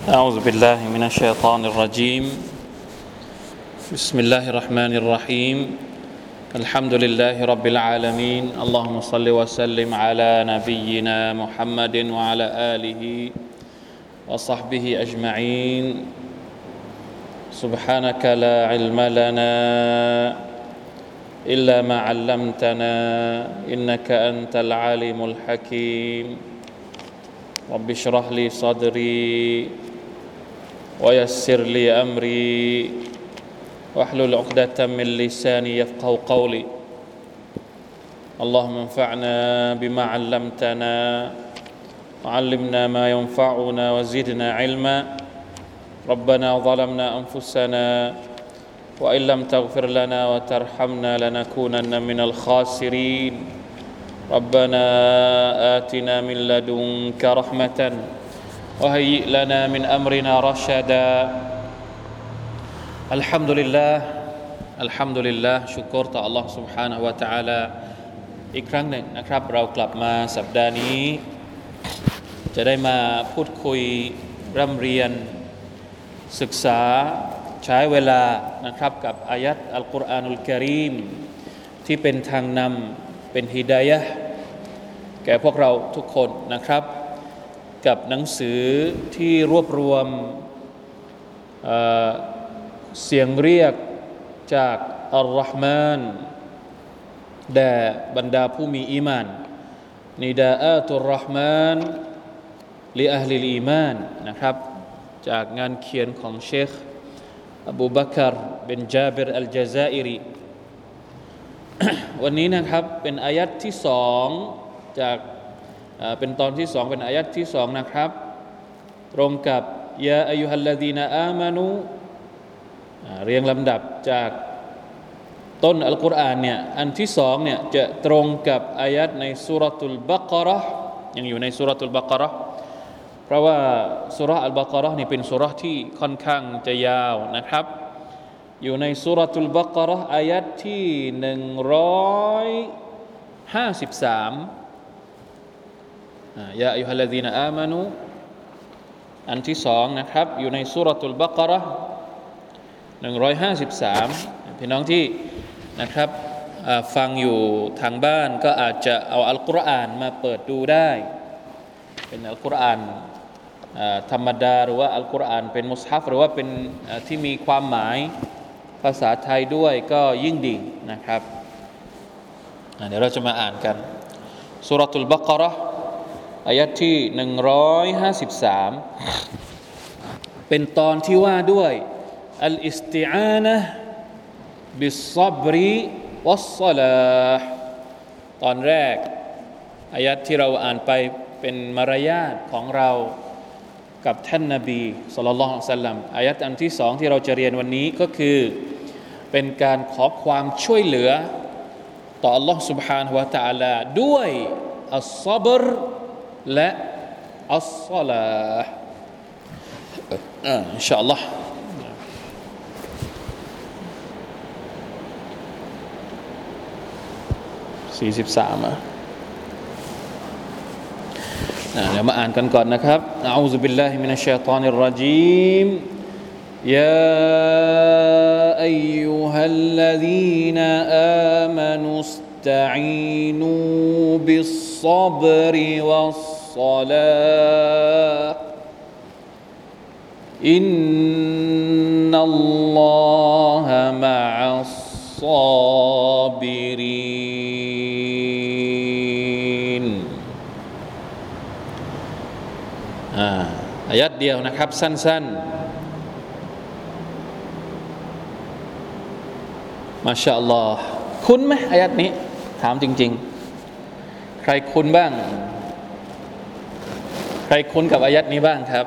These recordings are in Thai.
أعوذ بالله من الشيطان الرجيم بسم الله الرحمن الرحيم الحمد لله رب العالمين اللهم صل وسلم على نبينا محمد وعلى آله وصحبه أجمعين سبحانك لا علم لنا إلا ما علمتنا إنك أنت العليم الحكيم رب اشرح لي صدري ويسر لي أمري واحلل عقدة من لساني يفقهوا قولي اللهم انفعنا بما علمتنا وعلمنا ما ينفعنا وزدنا علما ربنا ظلمنا أنفسنا وإن لم تغفر لنا وترحمنا لنكونن من الخاسرين ربنا آتنا من لدنك رحمة وهيئ لنا من أمرنا رشدا الحمد لله ชุกรต่อ Allah سبحانه และ تعالى อีกครั้งหนึ่งนะครับเรากลับมาสัปดาห์นี้จะได้มาพูดคุยร่ำเรียนศึกษาใช้เวลานะครับกับอายัดอัลกุรอานุลกะรีมที่เป็นทางนำเป็นฮิดายะห์แก่พวกเราทุกคนนะครับกับหนังสือที่รวบรวมเสียงเรียกจากอัลลอฮ์มานแด่บรรดาผู้มีอีมานนิดาอาตุลรอห์มานลิอะห์ลิลอีมานนะครับจากงานเขียนของเชคอบูบักรบินจาบิรอัลญะซาอิรีวันนี้นะครับเป็นอายัดที่สองจากเป็นตอนที่สองเป็นอายัดที่สองนะครับตรงกับยาอัยยูฮัลลซีนาอามานูเรียงลำดับจากต้นอัลกุรอานเนี่ยอันที่สองเนี่ยจะตรงกับอายัดในซูเราะตุลบักเราะห์ยังอยู่ในซูเราะตุลบักเราะห์เพราะว่าซูเราะห์อัลบักเราะห์นี่เป็นซูเราะห์ที่ค่อนข้างจะยาวนะครับอยู่ในซูเราะตุลบักเราะห์อายัดที่153ยาอัยยูฮัลลซีนาอามานูอันที่สองนะครับอยู่ในซูเราะตุลบักเราะห์153พี่น้องที่นะครับฟังอยู่ทางบ้านก็อาจจะเอาอัลกุรอานมาเปิดดูได้เป็นอัลกุรอานธรรมดาหรือว่าอัลกุรอานเป็นมุศฮัฟหรือว่าเป็นที่มีความหมายภาษาไทยด้วยก็ยิ่งดีนะครับเดี๋ยวเราจะมาอ่านกันซูเราะตุลบักเราะห์อายะห์ที่153เป็นตอนที่ว่าด้วยอัลอิสติอานะห์บิศศอบริวัศศอลาห์ตอนแรกอายะห์ที่เราอ่านไปเป็นมารยาทของเรากับท่านนบีศ็อลลัลลอฮุอะลัยฮิวะซัลลัมอายะห์อันที่สองที่เราจะเรียนวันนี้ก็คือเป็นการขอความช่วยเหลือต่อ Allah سبحانه และ تعالى ด้วยอัศศอบรและอัศศอลาห์อินชาอัลลอฮ์43เดี๋ยวมาอ่านกันก่อนนะครับอะอูซุบิลลาฮิมินัชชัยฏอนิรเราะญีมยาอัยยูฮัลลซีนาอามานุสตะอีนูบิศศอบริวัศศอลาห์อินนัลลอฮะมะอัศศอบิรีนอายัดเดียวนะครับสั้นๆมาชาอัลลอฮ์คุ้นไหมอายัดนี้ถามจริงๆใครคุ้นบ้างใครคุ้นกับอายัดนี้บ้างครับ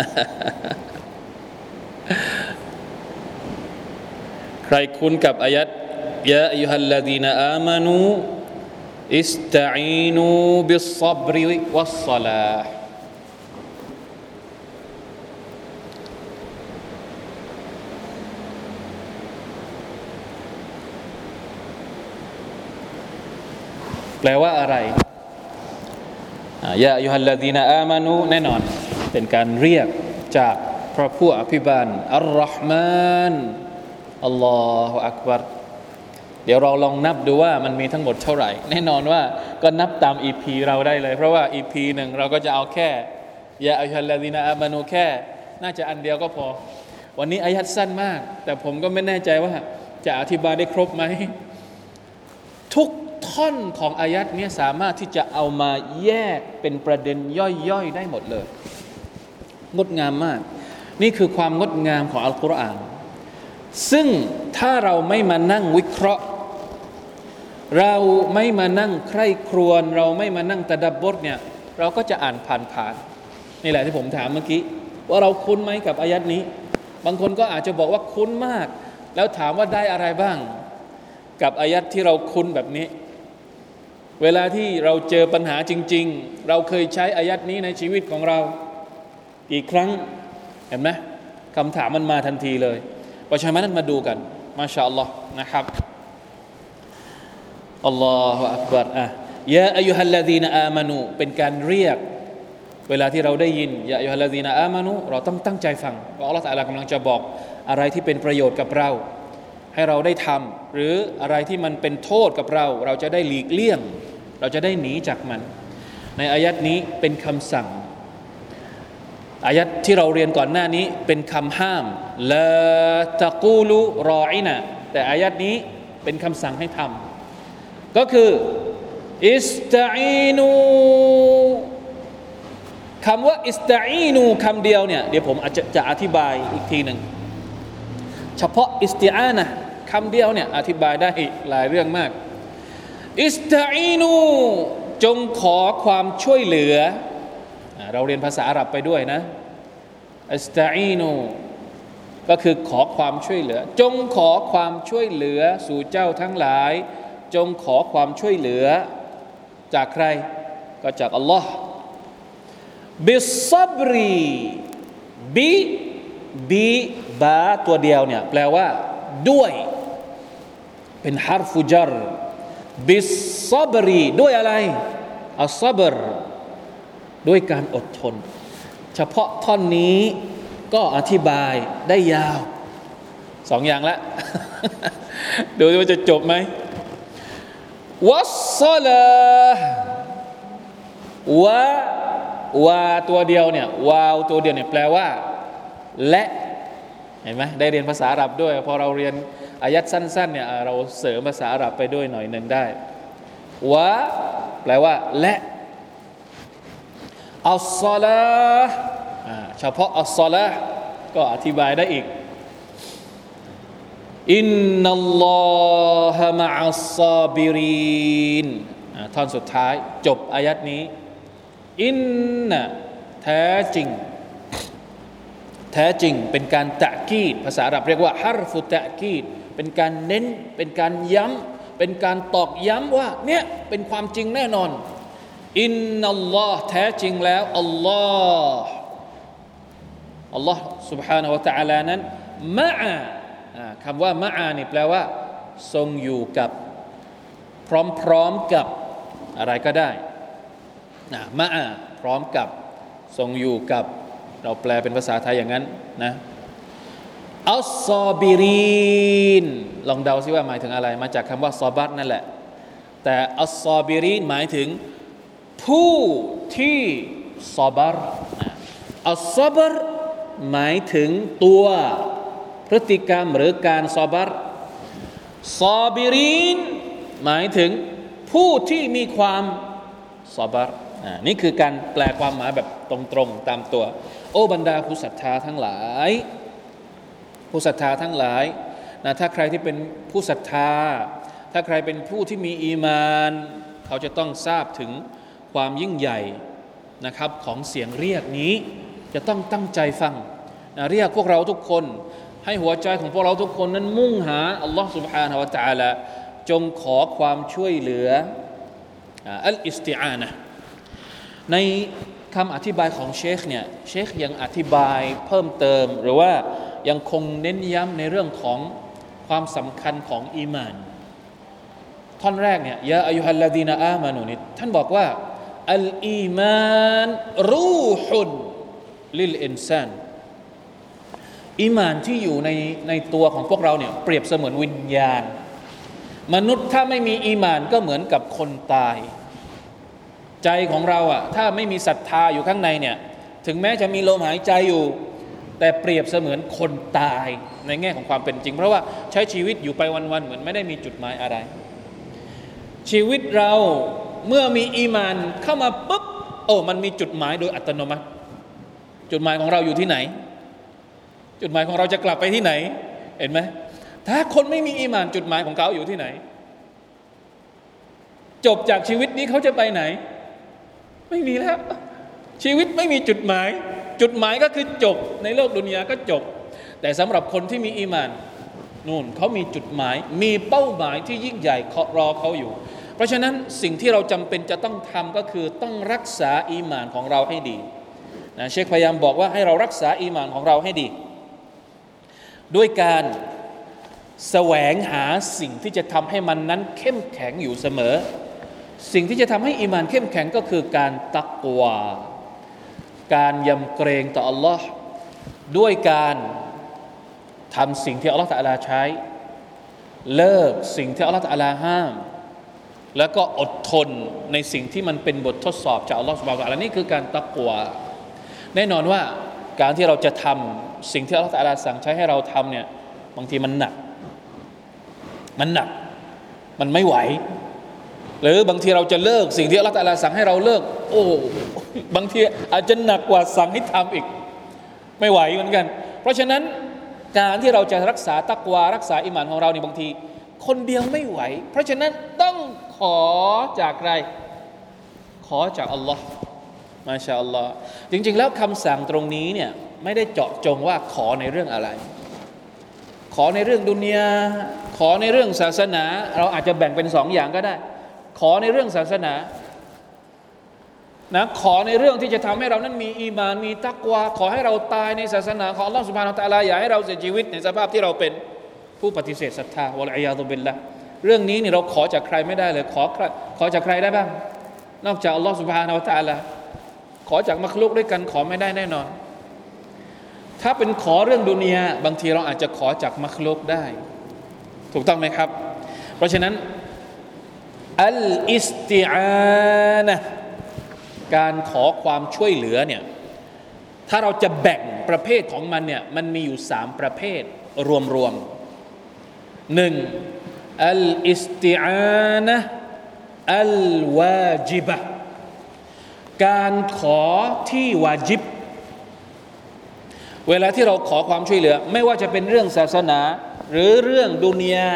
ใครคุ้นกับอายัดยาอัยยูฮัลลซีนาอามานูอิสตะอีนูบิศศอบริวัศศอลาห์แปลว่าอะไร ยาอัยยูฮัลลซีนาอามานูแน่นอนเป็นการเรียกจากพระผู้อภิบาลอัลลอฮ์มานอัลลอฮฺอักบัรเดี๋ยวเราลองนับดูว่ามันมีทั้งหมดเท่าไหร่แน่นอนว่าก็นับตาม EP เราได้เลยเพราะว่า EP หนึ่งเราก็จะเอาแค่ยาอัยฮัลลาดีนาอามานูแค่น่าจะอันเดียวก็พอวันนี้อายัดสั้นมากแต่ผมก็ไม่แน่ใจว่าจะอธิบายได้ครบไหมทุกท่อนของอายัดนี้สามารถที่จะเอามาแยกเป็นประเด็นย่อยๆได้หมดเลยงดงามมากนี่คือความงดงามของอัลกุรอานซึ่งถ้าเราไม่มานั่งวิเคราะห์เราไม่มานั่งใคร่ครวญเราไม่มานั่งตะดับบทเนี่ยเราก็จะอ่านผ่านๆนี่แหละที่ผมถามเมื่อกี้ว่าเราคุ้นไหมกับอายัดนี้บางคนก็อาจจะบอกว่าคุ้นมากแล้วถามว่าได้อะไรบ้างกับอายัดที่เราคุ้นแบบนี้เวลาที่เราเจอปัญหาจริงๆเราเคยใช้อายัดนี้ในชีวิตของเรากี่ครั้งเห็นไหมคำถามมันมาทันทีเลยเพราะฉะนั้นมาดูกันมาชาอัลลอฮ์นะครับอัลลอฮฺอักบัรยาอัยยูฮัลลาดีนอามานูเป็นการเรียกเวลาที่เราได้ยินยาอัยยูฮัลลาดีนอามานูเราต้องตั้งใจฟังเพราะอัลลอฮฺตะอาลากำลังจะบอกอะไรที่เป็นประโยชน์กับเราให้เราได้ทำหรืออะไรที่มันเป็นโทษกับเราเราจะได้หลีกเลี่ยงเราจะได้หนีจากมันในอายัดนี้เป็นคำสั่งอายัดที่เราเรียนก่อนหน้านี้เป็นคำห้ามลาตะกูลุรออินะแต่อายัดนี้เป็นคำสั่งให้ทำก็คืออิสตะอีนูคำว่าอิสตะอีนูคำเดียวเนี่ยเดี๋ยวผมอาจจะอธิบายอีกทีหนึ่งเฉพาะอิสติอานะคำเดียวเนี่ยอธิบายได้หลายเรื่องมากอิสตะอีนูจงขอความช่วยเหลือเราเรียนภาษาอาหรับไปด้วยนะอิสตะอีนูก็คือขอความช่วยเหลือจงขอความช่วยเหลือสู่เจ้าทั้งหลายจงขอความช่วยเหลือจากใครก็จากอัลลอฮ์บิสซับรีบีบาตัวเดียวเนี่ยแปลว่าด้วยเป็นฮาร์ฟุจัรบิสซับรีด้วยอะไรอัสซับรด้วยการอดทนเฉพาะท่อนนี้ก็อธิบายได้ยาวสองอย่างละ ดูว่าจะจบไหมวัสซาลาวาตัวเดียวเนี่ยวาวตัวเดียวเนี่ยแปลว่าและเห็นไหมได้เรียนภาษาอาหรับด้วยพอเราเรียนอายัดสั้นๆเนี่ยเราเสริมภาษาอาหรับไปด้วยหน่อยหนึ่งได้วะแปลว่าและอัสซาลาเฉพาะอัสซาลาก็อธิบายได้อีกอินนัลลอฮะมะอัสซาบิรินท่อนสุดท้ายจบอายัดนี้อินนะแท้จริงเป็นการตะกีดภาษาอาหรับเรียกว่าฮาร์ฟุตะกีดเป็นการเน้นเป็นการย้ำเป็นการตอกย้ำว่าเนี่ยเป็นความจริงแน่นอนอินนัลลอฮ์แท้จริงแล้วอัลลอฮ์ سبحانه และ تعالى นั้นมะอาคำว่ามะอานี่แปลว่าทรงอยู่กับพร้อมๆกับอะไรก็ได้มะอาพร้อมกับทรงอยู่กับเราแปลเป็นภาษาไทยอย่างนั้นนะอัสซอบิรินลองเดาซิว่าหมายถึงอะไรมาจากคำว่าซอบัตนั่นแหละแต่อัสซอบิรินหมายถึงผู้ที่ซอบรอัสซอบรหมายถึงตัวพฤติกรรมหรือการซอบรซอบิรินหมายถึงผู้ที่มีความซอบรนี่คือการแปลความหมายแบบตรงๆตามตัวโอ้บรรดาผู้ศรัทธาทั้งหลายนะถ้าใครที่เป็นผู้ศรัทธาถ้าใครเป็นผู้ที่มีอีมานเขาจะต้องทราบถึงความยิ่งใหญ่นะครับของเสียงเรียกนี้จะต้องตั้งใจฟังเรียกพวกเราทุกคนให้หัวใจของพวกเราทุกคนนั้นมุ่งหาอัลลอฮฺ سبحانه และ تعالى จงขอความช่วยเหลืออัลอิสติอานะห์ในคำอธิบายของเชคเนี่ยเชคยังอธิบายเพิ่มเติมหรือว่ายังคงเน้นย้ำในเรื่องของความสำคัญของอีมานท่อนแรกเนี่ยยาอัยยูฮัลลาดีนาอามานูนี่ท่านบอกว่าอัลอีมานรูฮุนลิลอินซานอีหม่านที่อยู่ในตัวของพวกเราเนี่ยเปรียบเสมือนวิญญาณมนุษย์ถ้าไม่มีอีหม่านก็เหมือนกับคนตายใจของเราอ่ะถ้าไม่มีศรัทธาอยู่ข้างในเนี่ยถึงแม้จะมีลมหายใจอยู่แต่เปรียบเสมือนคนตายในแง่ของความเป็นจริงเพราะว่าใช้ชีวิตอยู่ไปวันๆเหมือนไม่ได้มีจุดหมายอะไรชีวิตเราเมื่อมีอีหม่านเข้ามาปุ๊บมันมีจุดหมายโดยอัตโนมัติจุดหมายของเราอยู่ที่ไหนจุดหมายของเราจะกลับไปที่ไหนเห็นไหมถ้าคนไม่มีอีหม่านจุดหมายของเขาอยู่ที่ไหนจบจากชีวิตนี้เขาจะไปไหนไม่มีแล้วชีวิตไม่มีจุดหมายจุดหมายก็คือจบในโลกดุนยาก็จบแต่สำหรับคนที่มีอีหม่านนู่นเขามีจุดหมายมีเป้าหมายที่ยิ่งใหญ่รอเขาอยู่เพราะฉะนั้นสิ่งที่เราจำเป็นจะต้องทำก็คือต้องรักษาอีหม่านของเราให้ดีนะเชคพยายามบอกว่าให้เรารักษาอีหม่านของเราให้ดีด้วยการแสวงหาสิ่งที่จะทำให้มันนั้นเข้มแข็งอยู่เสมอสิ่งที่จะทำให้อีหม่านเข้มแข็งก็คือการตักวาการยำเกรงต่ออัลลอฮ์ด้วยการทำสิ่งที่อัลลอฮ์ตะอาลาใช้เลิกสิ่งที่อัลลอฮ์ตะอาลาห้ามแล้วก็อดทนในสิ่งที่มันเป็นบททดสอบจากอัลลอฮ์ซุบฮานะฮูวะตะอาลานี่คือการตักวาแน่นอนว่าการที่เราจะทำสิ่งที่อัลลอฮ์ตะอาลาสั่งใช้ให้เราทำเนี่ยบางทีมันหนักมันไม่ไหวหรือบางทีเราจะเลิกสิ่งที่อัลลอฮฺตะอาลาสั่งให้เราเลิกบางทีอาจจะหนักกว่าสั่งให้ทำอีกไม่ไหวเหมือนกันเพราะฉะนั้นการที่เราจะรักษาตักวารักษาอิหม่านของเราเนี่ยบางทีคนเดียวไม่ไหวเพราะฉะนั้นต้องขอจากใครขอจากอัลลอฮ์มาชาอัลลอฮ์จริงๆแล้วคำสั่งตรงนี้เนี่ยไม่ได้เจาะจงว่าขอในเรื่องอะไรขอในเรื่องดุนยาขอในเรื่องศาสนาเราอาจจะแบ่งเป็นสองอย่างก็ได้ขอในเรื่องศาสนานะขอในเรื่องที่จะทำให้เรานั้นมีอีมานมีตักวาขอให้เราตายในศาสนาของอัลลอฮฺซุบฮานะฮูวะตะอาลาอย่าให้เราเสียชีวิตในสภาพที่เราเป็นผู้ปฏิเสธศรัทธาวะลัยยาซุบิลละเรื่องนี้นี่เราขอจากใครไม่ได้เลยขอจากใครได้บ้างนอกจากอัลลอฮฺซุบฮานะฮูวะตะอาลาขอจากมักลุกด้วยกันขอไม่ได้แน่นอนถ้าเป็นขอเรื่องดุนยาบางทีเราอาจจะขอจากมักลุกได้ถูกต้องไหมครับเพราะฉะนั้นอัลอิสติอานะห์การขอความช่วยเหลือเนี่ยถ้าเราจะแบ่งประเภทของมันเนี่ยมันมีอยู่3ประเภทรวมๆ1อัลอิสติอานะห์อัลวาญิบะห์การขอที่วาญิบเวลาที่เราขอความช่วยเหลือไม่ว่าจะเป็นเรื่องศาสนาหรือเรื่องดุนยา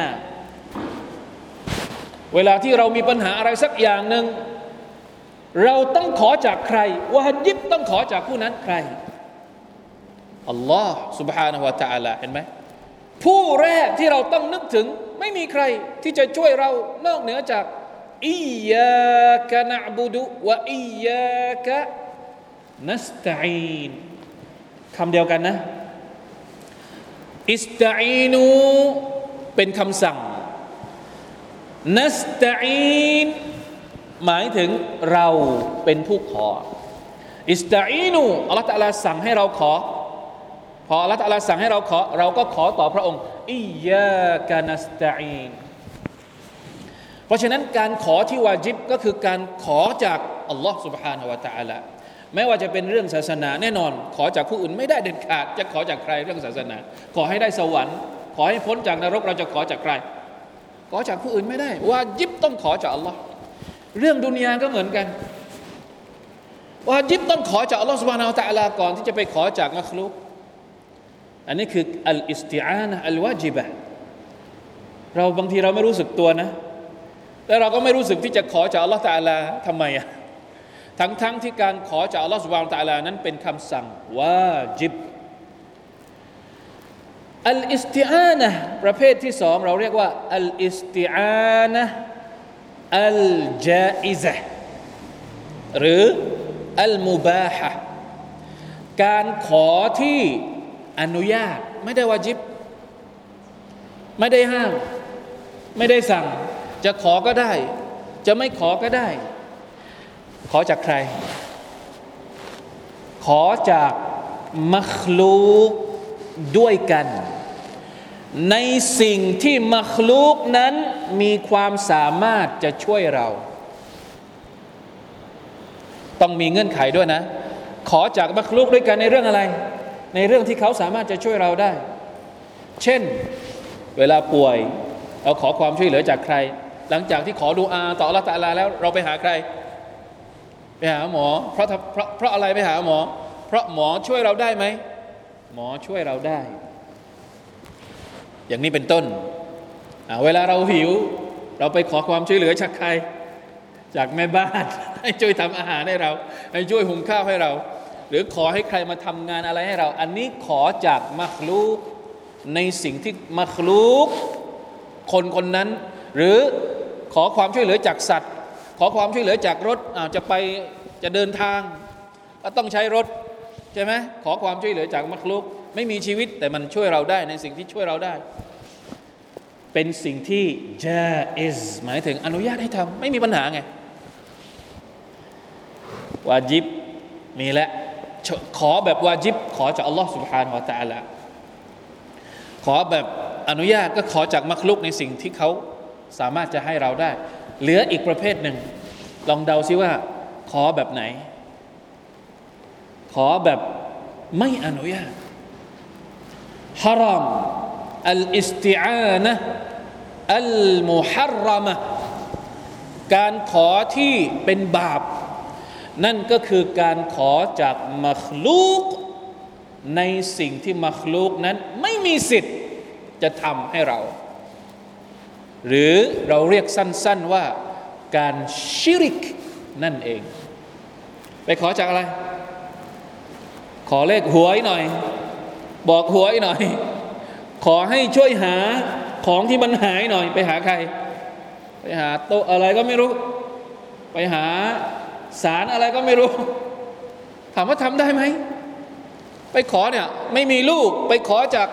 เวลาที่เรามีปัญหาอะไรสักอย่างหนึ่งเราต้องขอจากใครวาญิบต้องขอจากผู้นั้นใครอัลลอฮ์ سبحانه และ تعالى เห็นไหมผู้แรกที่เราต้องนึกถึงไม่มีใครที่จะช่วยเรานอกเหนือจากอิยยากะนะอ์บุดุวะอิยยากะนัสตะอีนคำเดียวกันนะอิสตะอีนูเป็นคำสั่งนัสตะอีนหมายถึงเราเป็นผู้ขออิสตะอีนูอัลเลาะห์ตะอาลาสั่งให้เราขอพออัลเลาะห์ตะอาลาสั่งให้เราขอเราก็ขอต่อพระองค์อิยยากะนัสตะอีนเพราะฉะนั้นการขอที่วาญิบก็คือการขอจากอัลลอฮ์ سبحانه และ تعالى ไม่ว่าจะเป็นเรื่องศาสนาแน่นอนขอจากผู้อื่นไม่ได้เด็ดขาดจะขอจากใครเรื่องศาสนาขอให้ได้สวรรค์ขอให้พ้นจากนรกเราจะขอจากใครขอจากผู้อื่นไม่ได้วาญิบต้องขอจากอัลลอฮ์เรื่องดุนยาก็เหมือนกันวาญิบต้องขอจากอัลลอฮ์ سبحانه และ تعالى ก่อนที่จะไปขอจากมักลุกอันนี้คืออัลอิสติอานะห์อัลวาญิบะห์เราบางทีเราไม่รู้สึกตัวนะแล้วเราก็ไม่รู้สึกที่จะขอจากอัลลอฮ์ تعالى ทำไมอ่ะทั้งที่การขอจากอัลลอฮ์ سبحانه และ تعالى นั้นเป็นคำสั่งวาญิบอัลอิสติอานะห์ประเภทที่2เราเรียกว่าอัลอิสติอานะห์อัลญาอิซะห์หรืออัลมุบาฮะห์การขอที่อนุญาตไม่ได้วาญิบไม่ได้ห้ามไม่ได้สั่งจะขอก็ได้จะไม่ขอก็ได้ขอจากใครขอจากมัคลูกด้วยกันในสิ่งที่มัคลูกนั้นมีความสามารถจะช่วยเราต้องมีเงื่อนไขด้วยนะขอจากมัคลุกด้วยกันในเรื่องอะไรในเรื่องที่เขาสามารถจะช่วยเราได้เช่นเวลาป่วยเราขอความช่วยเหลือจากใครหลังจากที่ขอดุอาต่ออัลเลาะห์ตะอาลาแล้วเราไปหาใครไปหาหมอเพราะอะไรไปหาหมอเพราะหมอช่วยเราได้ไหมหมอช่วยเราได้อย่างนี้เป็นต้นเวลาเราหิวเราไปขอความช่วยเหลือจากใครจากแม่บ้านให้ช่วยทำอาหารให้เราให้ช่วยหุงข้าวให้เราหรือขอให้ใครมาทำงานอะไรให้เราอันนี้ขอจากมัคลูกในสิ่งที่มัคลูกคนนั้นหรือขอความช่วยเหลือจากสัตว์ขอความช่วยเหลือจากรถจะเดินทางก็ต้องใช้รถใช่ไหมขอความช่วยเหลือจากมัคลุกไม่มีชีวิตแต่มันช่วยเราได้ในสิ่งที่ช่วยเราได้เป็นสิ่งที่ญาอิซหมายถึงอนุญาตให้ทำไม่มีปัญหาไงวาญิบมีแล้วขอแบบวาญิบขอจากอัลลอฮ์ سبحانه และ تعالى ขอแบบอนุญาตก็ขอจากมัคลุกในสิ่งที่เขาสามารถจะให้เราได้เหลืออีกประเภทหนึ่งลองเดาซิว่าขอแบบไหนขอแบบไม่อนุญาตฮารอมอัลอิสติอานะห์อัลมุฮัรรมะห์การขอที่เป็นบาปนั่นก็คือการขอจากมัคลูกในสิ่งที่มัคลูกนั้นไม่มีสิทธิ์จะทำให้เราหรือเราเรียกสั้นๆว่าการชิริกนั่นเองไปขอจากอะไรขอเลขหวยหน่อยบอกหวยหน่อยขอให้ช่วยหาของที่มันหายหน่อยไปหาใครไปหาโต๊ะอะไรก็ไม่รู้ไปหาสารอะไรก็ไม่รู้ถามว่าทำได้ไหมไปขอเนี่ยไม่มีลูกไปขอจาก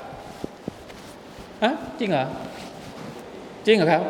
จริงเหรอจริงเหรอครับ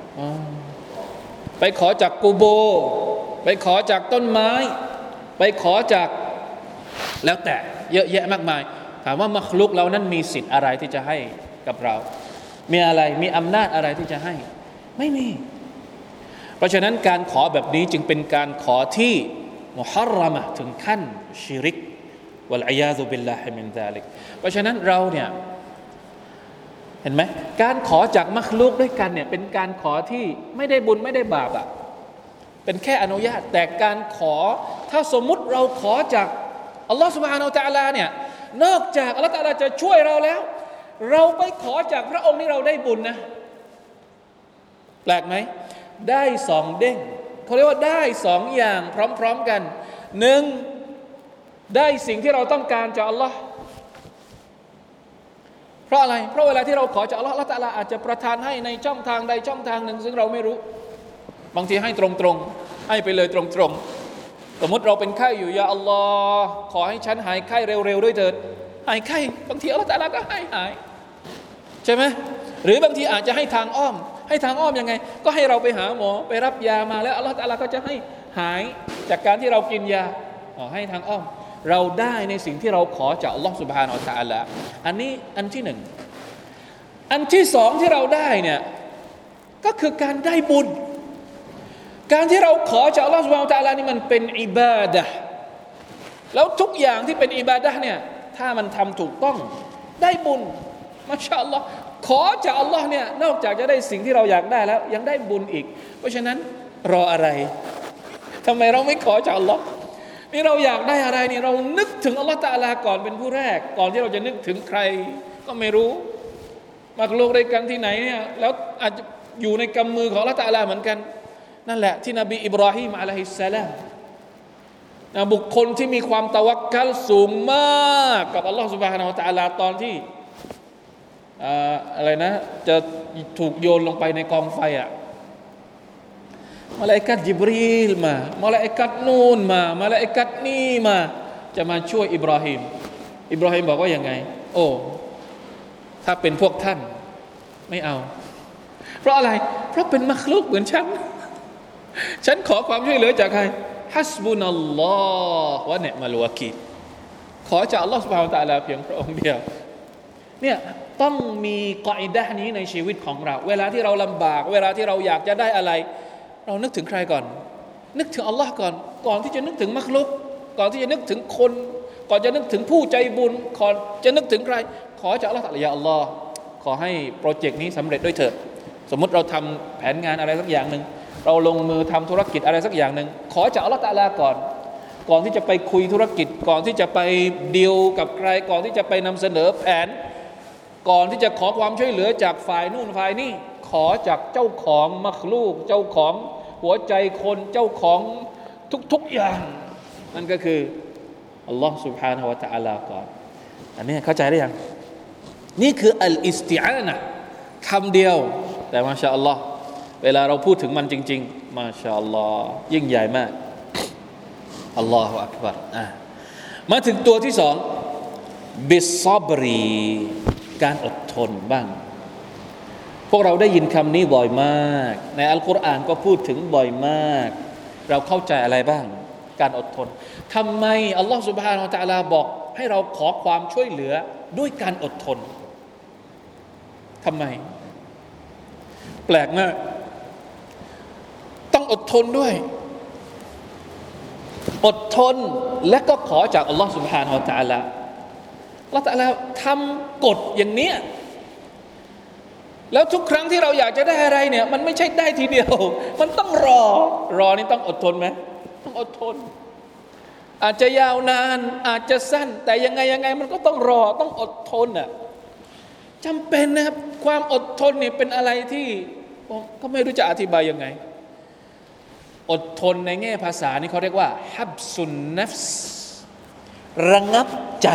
ไปขอจากกูโบไปขอจากต้นไม้ไปขอจากแล้วแต่เยอะแยะมากมายถามว่ามัคลุกเรานั้นมีสิทธิ์อะไรที่จะให้กับเรามีอะไรมีอำนาจอะไรที่จะให้ไม่มีเพราะฉะนั้นการขอแบบนี้จึงเป็นการขอที่มุฮัรรมะห์ถึงขั้นชิริกวัลอียาซุบิลลาฮิมินซาลิกเพราะฉะนั้นเราเนี่ยเห็นไหมการขอจากมัคลุกด้วยกันเนี่ยเป็นการขอที่ไม่ได้บุญไม่ได้บาปเป็นแค่อนุญาตแต่การขอถ้าสมมุติเราขอจากอัลลอฮฺ سبحانه และ تعالى เนี่ยนอกจากอัลลอฮฺ تعالى จะช่วยเราแล้วเราไปขอจากพระองค์นี่เราได้บุญนะแปลกไหมได้สองเด้งเขาเรียกว่าได้สองอย่างพร้อมๆกันหนึ่งได้สิ่งที่เราต้องการจากอัลลอฮฺเพราะอะไรเพราะเวลาที่เราขอจากอัลลอฮฺ อัลลอฮฺ تعالى อาจจะประทานให้ในช่องทางใดช่องทางหนึ่งซึ่งเราไม่รู้บางทีให้ตรงๆให้ไปเลยตรงๆสมมติเราเป็นไข้อยู่ยาอัลลอฮ์ขอให้ฉันหายไข้เร็วๆด้วยเถิดหายไข้บางทีอัลลอฮฺ تعالى ก็หายใช่ไหมหรือบางทีอาจจะให้ทางอ้อมยังไงก็ให้เราไปหาหมอไปรับยามาแล้วอัลลอฮฺ تعالى ก็จะให้หายจากการที่เรากินยาให้ทางอ้อมเราได้ในสิ่งที่เราขอจากอัลลอฮฺ سبحانه และ تعالى อันนี้อันที่หนึ่งอันที่สองที่เราได้เนี่ยก็คือการได้บุญการที่เราขอจากอัลลอฮฺ سبحانه และ تعالى นี่มันเป็นอิบาดะห์แล้วทุกอย่างที่เป็นอิบาดะห์เนี่ยถ้ามันทำถูกต้องได้บุญมาชาอัลลอฮ์ขอจากอัลลอฮ์เนี่ยนอกจากจะได้สิ่งที่เราอยากได้แล้วยังได้บุญอีกเพราะฉะนั้นรออะไรทำไมเราไม่ขอจากอัลลอฮ์นี่เราอยากได้อะไรนี่เรานึกถึงอัลลอฮ์ตะอาลาก่อนเป็นผู้แรกก่อนที่เราจะนึกถึงใครก็ไม่รู้มักลุกด้วยกันที่ไหนเนี่ยแล้วอาจจะอยู่ในกำมือของอัลลอฮ์ตะอาลาเหมือนกันนั่นแหละที่นบีอิบราฮิมอะลัยฮิสสลามบุคคลที่มีความตะวักกัลสูงมากกับอัลลอฮ์ซุบฮานะฮูวะตะอาลาตอนที่อะไรนะจะถูกโยนลงไปในกองไฟมาลาอิกัตญิบรีลมาลาอิกัตนูนมาลาอิกัตนี่มาจะมาช่วยอิบราฮิมบอกว่ายังไงโอ้ถ้าเป็นพวกท่านไม่เอาเพราะอะไรเพราะเป็นมัคลุกเหมือนฉันขอความช่วยเหลือจากใครฮัสบุนัลลอฮ์วะนิอ์มัลวะกีลขอจากอัลลอฮ์ซุบฮานะฮูวะตะอาลาเพียงพระองค์เดียวเนี่ยต้องมีกออิดะห์นี้ในชีวิตของเราเวลาที่เราลำบากเวลาที่เราอยากจะได้อะไรเรานึกถึงใครก่อนนึกถึงอัลลอฮ์ก่อนที่จะนึกถึงมักลุกก่อนที่จะนึกถึงคนก่อนจะนึกถึงผู้ใจบุญก่อนจะนึกถึงใครขอจากอัลลอฮ์ตะอาลายาอัลลอฮ์ขอให้โปรเจกต์นี้สำเร็จด้วยเถิดสมมุติเราทำแผนงานอะไรสักอย่างนึงเราลงมือทำธุรกิจอะไรสักอย่างนึงขอจากอัลลอฮ์ตะอาลาก่อนที่จะไปคุยธุรกิจก่อนที่จะไปดีลกับใครก่อนที่จะไปนำเสนอแผนก่อนที่จะขอความช่วยเหลือจากฝ่ายนู่นฝ่ายนี่ขอจากเจ้าของมักลูกเจ้าของหัวใจคนเจ้าของทุกอย่างนั่นก็คืออัลลอฮ์ سبحانه และ تعالى ก่อนอันนี้เข้าใจหรือยังนี่คืออัลอิสติอานะห์คำเดียวแต่มาชาอัลลอฮ์เวลาเราพูดถึงมันจริงๆมาชาอัลลอฮ์ยิ่งใหญ่มากอัลลอฮฺอักบัรมาถึงตัวที่สองบิศซับรีการอดทนบ้างพวกเราได้ยินคำนี้บ่อยมากในอัลกุรอานก็พูดถึงบ่อยมากเราเข้าใจอะไรบ้างการอดทนทำไมอัลลอฮฺซุบฮานะฮูวะตะอาลาบอกให้เราขอความช่วยเหลือด้วยการอดทนทำไมแปลกมากต้องอดทนด้วยอดทนและก็ขอจากอัลลอฮฺ سبحانه และ تعالى อัลลอฮฺ تعالى ทำกฎอย่างนี้แล้วทุกครั้งที่เราอยากจะได้อะไรเนี่ยมันไม่ใช่ได้ทีเดียวมันต้องรอนี่ต้องอดทนไหมต้องอดทนอาจจะยาวนานอาจจะสั้นแต่ยังไงมันก็ต้องรอต้องอดทนอ่ะจำเป็นนะครับความอดทนเนี่ยเป็นอะไรที่ก็ไม่รู้จะอธิบายยังไงอดทนในแง่ภาษานี่เขาเรียกว่าฮับซุนนัฟส์ระงับใจ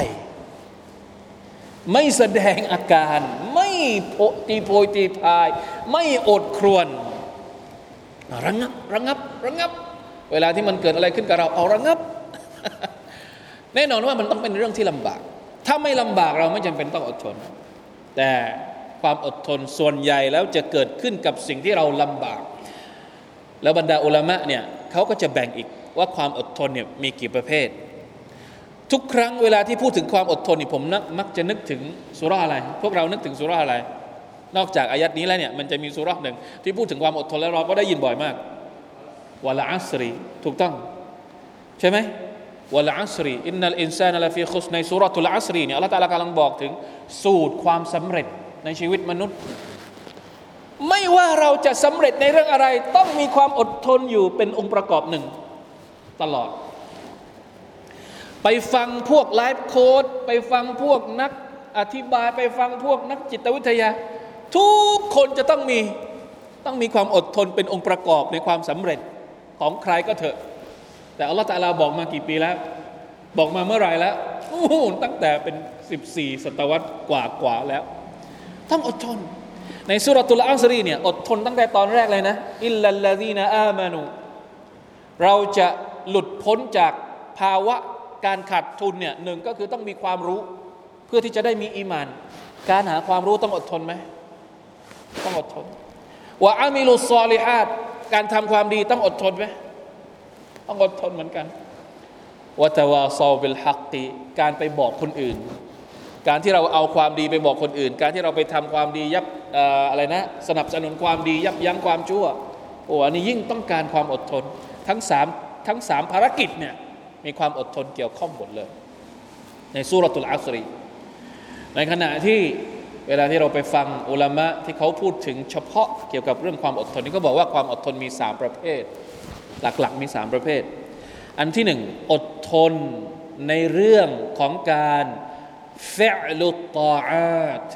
ไม่แสดงอาการไม่ตีโพยตีพายไม่อดครวญระงับเวลาที่มันเกิดอะไรขึ้นกับเราเอาระงับ แน่นอนว่ามันต้องเป็นเรื่องที่ลำบากถ้าไม่ลำบากเราไม่จำเป็นต้องอดทนแต่ความอดทนส่วนใหญ่แล้วจะเกิดขึ้นกับสิ่งที่เราลำบากแล้วบรรดาอุลามะเนี่ยเขาก็จะแบ่งอีกว่าความอดทนเนี่ยมีกี่ประเภททุกครั้งเวลาที่พูดถึงความอดทนนี่ผมมักจะนึกถึงซูเราะห์อะไรพวกเรานึกถึงซูเราะห์อะไรนอกจากอายัดนี้แล้วเนี่ยมันจะมีซูเราะห์หนึ่งที่พูดถึงความอดทนแล้วเราก็ได้ยินบ่อยมากวะลาอัสรีถูกต้องใช่ไหมวะลาอัสรีอินนัลอินซานะลาฟีคุสในซูเราะตุลอัสรีเนี่ยอัลเลาะห์ตะอาลากำลังบอกถึงสูตรความสำเร็จในชีวิตมนุษย์ไม่ว่าเราจะสำเร็จในเรื่องอะไรต้องมีความอดทนอยู่เป็นองค์ประกอบหนึ่งตลอดไปฟังพวกไลฟ์โค้ชไปฟังพวกนักอธิบายไปฟังพวกนักจิตวิทยาทุกคนจะต้องมีความอดทนเป็นองค์ประกอบในความสำเร็จของใครก็เถอะแต่อัลลอฮฺตะอาลาบอกมากี่ปีแล้วบอกมาเมื่อไหร่แล้วตั้งแต่เป็น14ศตวรรษกว่าแล้วต้องอดทนในซูเราะตุลอัสรีเนี่ยอดทนตั้งแต่ตอนแรกเลยนะอิลลัลลซีนาอามานูเราจะหลุดพ้นจากภาวะการขาดทุนเนี่ยหนึ่งก็คือต้องมีความรู้เพื่อที่จะได้มีอีมานการหาความรู้ต้องอดทนไหมต้องอดทนวะอามิลุศศอลิฮาตการทำความดีต้องอดทนไหมต้องอดทนเหมือนกันวะตะวาซอบิลฮักกีการไปบอกคนอื่นการที่เราเอาความดีไปบอกคนอื่นการที่เราไปทำความดีอะไรนะสนับสนุนความดียับยั้งความชั่วอันนี้ยิ่งต้องการความอดทนทั้งสามภารกิจเนี่ยมีความอดทนเกี่ยวข้องหมดเลยในซูเราะตุลอัสรีในขณะที่เวลาที่เราไปฟังอุลามะที่เขาพูดถึงเฉพาะเกี่ยวกับเรื่องความอดทนนี่ก็บอกว่าความอดทนมี3ประเภทหลักๆมี3ประเภทอันที่1อดทนในเรื่องของการฟิอลุตตออาต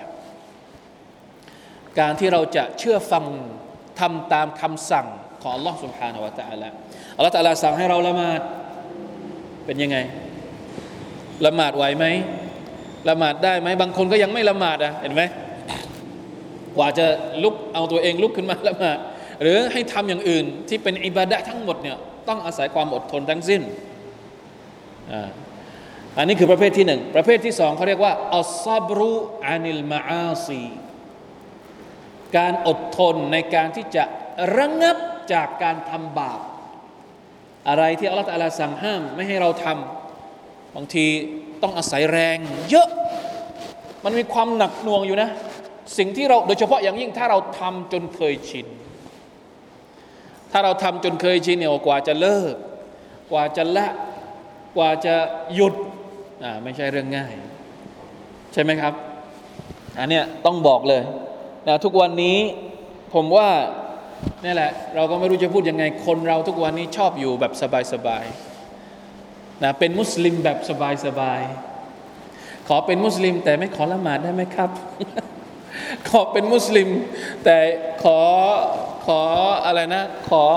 การที่เราจะเชื่อฟังทำตามคำสั่งของ Allah Subhanahu Wa Taala Allah Taala สั่งให้เราละหมาดเป็นยังไงละหมาดไหวไหมละหมาดได้ไหมบางคนก็ยังไม่ละหมาดเห็นไหมกว่าจะลุกเอาตัวเองลุกขึ้นมาละหมาดหรือให้ทำอย่างอื่นที่เป็นอิบาดะห์ทั้งหมดเนี่ยต้องอาศัยความอดทนทั้งสิ้นอันนี้คือประเภทที่1ประเภทที่2เขาเรียกว่าอัศซับรุอานิลมะอาซีการอดทนในการที่จะระงับจากการทำบาปอะไรที่อัลเลาะห์ตะอาลาสั่งห้ามไม่ให้เราทำบางทีต้องอาศัยแรงเยอะมันมีความหนักหน่วงอยู่นะสิ่งที่เราโดยเฉพาะอย่างยิ่งถ้าเราทำจนเคยชินถ้าเราทำจนเคยชินเนี่ยกว่าจะเลิกกว่าจะละกว่าจะหยุดไม่ใช่เรื่องง่ายใช่ไหมครับอันเนี้ยต้องบอกเลยนะทุกวันนี้ผมว่านี่แหละเราก็ไม่รู้จะพูดยังไงคนเราทุกวันนี้ชอบอยู่แบบสบายๆนะเป็นมุสลิมแบบสบายๆขอเป็นมุสลิมแต่ไม่ขอละหมาดได้ไหมครับ ขอเป็นมุสลิมแต่ขออะไรนะขอ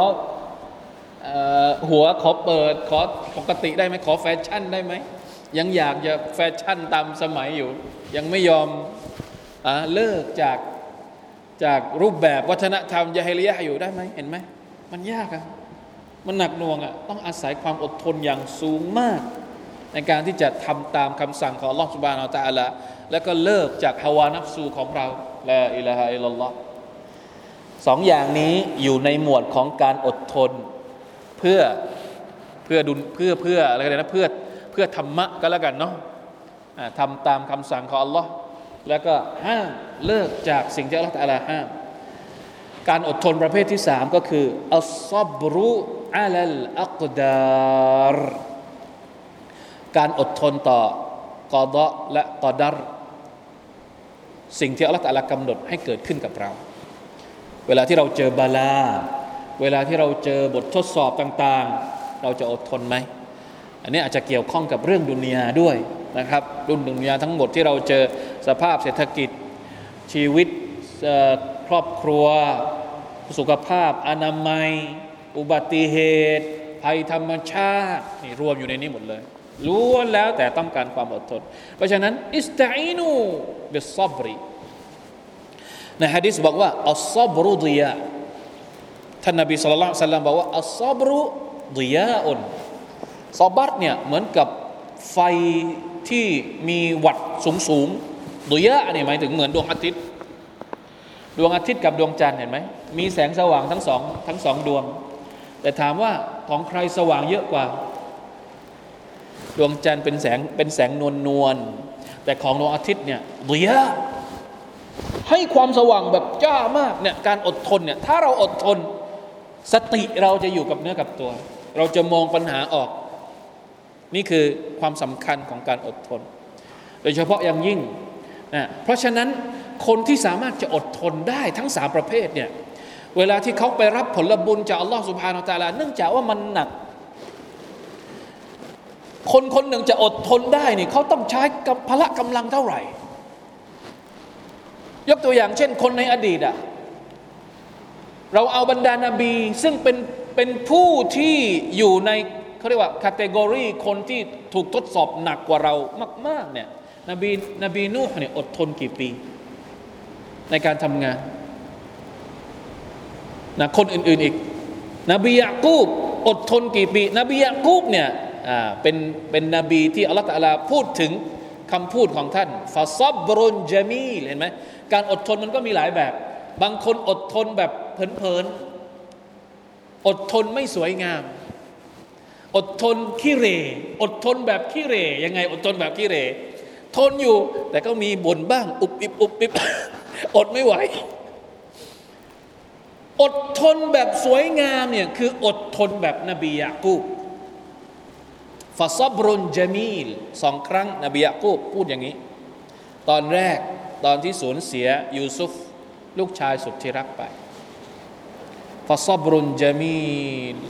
หัวขอเปิดขอปกติได้ไหมขอแฟชั่นได้ไหมยังอยากจะแฟชั่นตามสมัยอยู่ยังไม่ยอมเลิกจากรูปแบบวัฒนธรรมยะฮิลิยะห์อยู่ได้ไหมเห็นไหมมันยากอะมันหนักหน่วงอะต้องอาศัยความอดทนอย่างสูงมากในการที่จะทำตามคำสั่งของอัลลอฮฺซุบฮานะฮูวะตะอาลาแล้วก็เลิกจากฮาวานัฟซูของเราลาอิลาฮะอิลลัลลอฮ์สองอย่างนี้อยู่ในหมวดของการอดทนเพื่ออะไรกันนะเพื่อธรรมะก็แล้วกันเนาะทำตามคำสั่งของอัลลอฮ์แล้วก็ห้ามเลิกจากสิ่งที่อัลลอฮ์ตะอาลาห้ามการอดทนประเภทที่สามก็คืออัศซับรุอะลัลอักดารการอดทนต่อกอฎอและกอดัรสิ่งที่อัลลอฮ์ตะอาลากำหนดให้เกิดขึ้นกับเราเวลาที่เราเจอบาลาเวลาที่เราเจอบททดสอบต่างๆเราจะอดทนไหมอันนี้อาจจะเกี่ยวข้องกับเรื่องดุนยาด้วยนะครับรุ่นดุนยาทั้งหมดที่เราเจอสภาพเศรษฐกิจชีวิตครอบครัวสุขภาพอนามัยอุบัติเหตุภัยธรรมชาตินี่รวมอยู่ในนี้หมดเลยล้วนแล้วแต่ต้องการความอดทนเพราะฉะนั้นอิสตะอีนูบิศซับริในหะดีษบอกว่าอัศซับรุฎิยาท่านนบีศ็อลลัลลอฮุอะลัยฮิวะซัลลัมบอกว่าอัศซับรุฎิยาอุนซอบัรเนี่ยเหมือนกับไฟที่มีวัตต์สูงๆฎิยาเนี่ยหมายถึงเหมือนดวงอาทิตย์กับดวงจันทร์เห็นไหมมีแสงสว่างทั้งสองดวงแต่ถามว่าของใครสว่างเยอะกว่าดวงจันทร์เป็นแสงนวลแต่ของดวงอาทิตย์เนี่ยฎิยาให้ความสว่างแบบจ้ามากเนี่ยการอดทนเนี่ยถ้าเราอดทนสติเราจะอยู่กับเนื้อกับตัวเราจะมองปัญหาออกนี่คือความสำคัญของการอดทนโดยเฉพาะอย่างยิ่งนะเพราะฉะนั้นคนที่สามารถจะอดทนได้ทั้ง3ประเภทเนี่ยเวลาที่เขาไปรับผลบุญจากอัลลอฮฺซุบฮานะฮูวะตะอาลาเนื่องจากว่ามันหนักคนหนึ่งจะอดทนได้นี่เขาต้องใช้พละกำลังเท่าไหร่ยกตัวอย่างเช่นคนในอดีตเราเอาบรรดานาบีซึ่งเป็นผู้ที่อยู่ในเขาเรียกว่าคาเทกอรีคนที่ถูกทดสอบหนักกว่าเรามากๆเนี่ยนบีนูห์เนี่ยอดทนกี่ปีในการทำงานนะคนอื่นๆอีกนบียะกูบอดทนกี่ปีนบียะกูบเนี่ยเป็นนบีที่อัลเลาะห์ตะอาลาพูดถึงคำพูดของท่านฟาซับรุนญะมีลเห็นไหมการอดทนมันก็มีหลายแบบบางคนอดทนแบบเผินๆอดทนไม่สวยงามอดทนขี้เหร่อดทนแบบขี้เหร่ยังไงอดทนแบบขี้เหร่ทนอยู่แต่ก็มีบ่นบ้างอุบอิบอดไม่ไหวอดทนแบบสวยงามเนี่ยคืออดทนแบบนบียะกูบฟาซับรุนญะมีล2ครั้งนบียะกูบพูดอย่างนี้ตอนแรกตอนที่สูญเสียยูซุฟลูกชายสุดที่รักไปฟาซับรุนญะมีล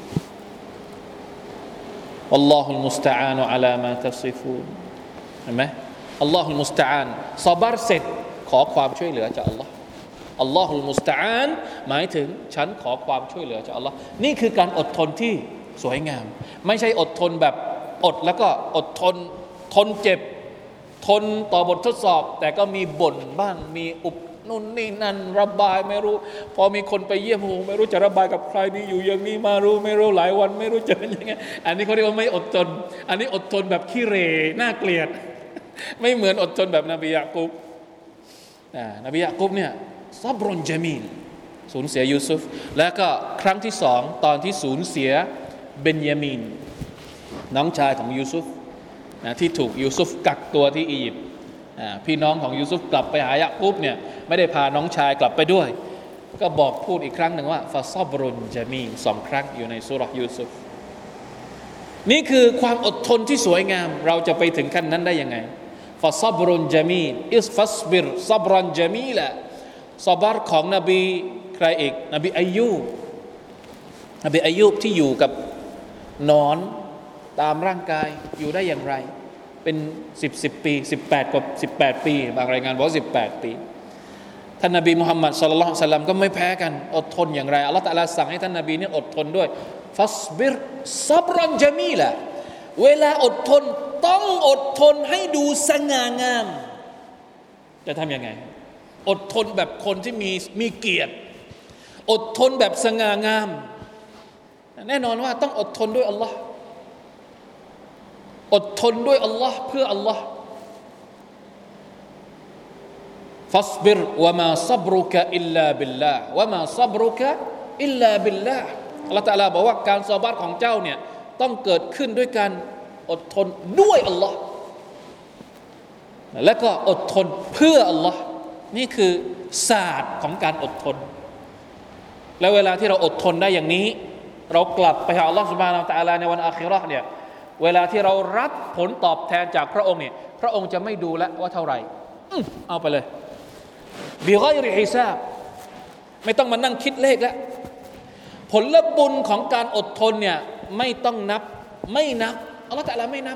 อัลลอฮุลมุสตะอานุอะลามาตัซิฟูนเห็นไหมอัลลอฮุลมุสตะอานซอบัรเสร็จขอความช่วยเหลือจากอัลลอฮ์อัลลอฮุลมุสตะอานหมายถึงฉันขอความช่วยเหลือจากอัลลอฮ์นี่คือการอดทนที่สวยงามไม่ใช่อดทนแบบอดแล้วก็อดทนเจ็บทนต่อบททดสอบแต่ก็มีบ่นบ้างมีอุบนู่นนี่นั่นระบายไม่รู้พอมีคนไปเยี่ยมไม่รู้จะระบายกับใครนี่อยู่อย่างนี้มารู้ไม่รู้หลายวันไม่รู้จะเป็นยังไงอันนี้เขาเรียกว่าไม่อดทนอันนี้อดทนแบบขี้เหร่น่าเกลียดไม่เหมือนอดทนแบบนบียะกุบนบียะกุบเนี่ยซับรุนญะมีลสูญเสียยูซุฟแล้วก็ครั้งที่2ตอนที่สูญเสียเบนยามีนน้องชายของยูซุฟที่ถูกยูซุฟกักตัวที่อียิปต์พี่น้องของยูซุฟกลับไปหายะกุบเนี่ยไม่ได้พาน้องชายกลับไปด้วยก็บอกพูดอีกครั้งหนึ่งว่าฟาซอบรุนจามีสองครั้งอยู่ในซูเราะห์ยูซุฟนี่คือความอดทนที่สวยงามเราจะไปถึงขั้นนั้นได้ยังไงฟาซอบรุนจามีอิสฟัสบิรซับรันจามีละซอบรของนบีใครอีกนบีอายุบที่อยู่กับหนอนตามร่างกายอยู่ได้อย่างไรเป็น10ปี18กว่า18ปีบางรายงานบอกว่า18ปีท่านนบีมุฮัมมัดศ็อลลัลลอฮุอะลัยฮิวะซัลลัมก็ไม่แพ้กันอดทนอย่างไรอัลเลาะห์ตะอาลาสั่งให้ท่านนบีเนี่ยอดทนด้วยฟัสบิรซับรันญะมีละเวลาอดทนต้องอดทนให้ดูสง่างามจะทำยังไงอดทนแบบคนที่มีเกียรติอดทนแบบสง่างามแน่นอนว่าต้องอดทนด้วยอัลลอฮ์อดทนด้วยอัลลอฮ์เพื่ออัลลอฮ์ฟัสบิรวะมาซับรุกะอิลลาบิลลาห์วะมาซับรุกะอิลลาบิลลาห์อัลเลาะห์ตะอาลาบอกว่าการซอบัรของเจ้าเนี่ยต้องเกิดขึ้นด้วยการอดทนด้วยอัลลอฮ์และก็อดทนเพื่ออัลลอฮ์นี่คือศาสตร์ของการอดทนแล้วเวลาที่เราอดทนได้อย่างนี้เรากลับไปหาอัลลอฮ์ซุบฮานะฮูวะตะอาลาในวันอาคิเราะห์เนี่ยเวลาที่เรารับผลตอบแทนจากพระองค์เนี่ยพระองค์จะไม่ดูแลว่าเท่าไหร่เอาไปเลยบิฆอยริฮิซาบไม่ต้องมานั่งคิดเลขแล้วผลบุญของการอดทนเนี่ยไม่ต้องนับอัลเลาะห์ตะอาลาไม่นับ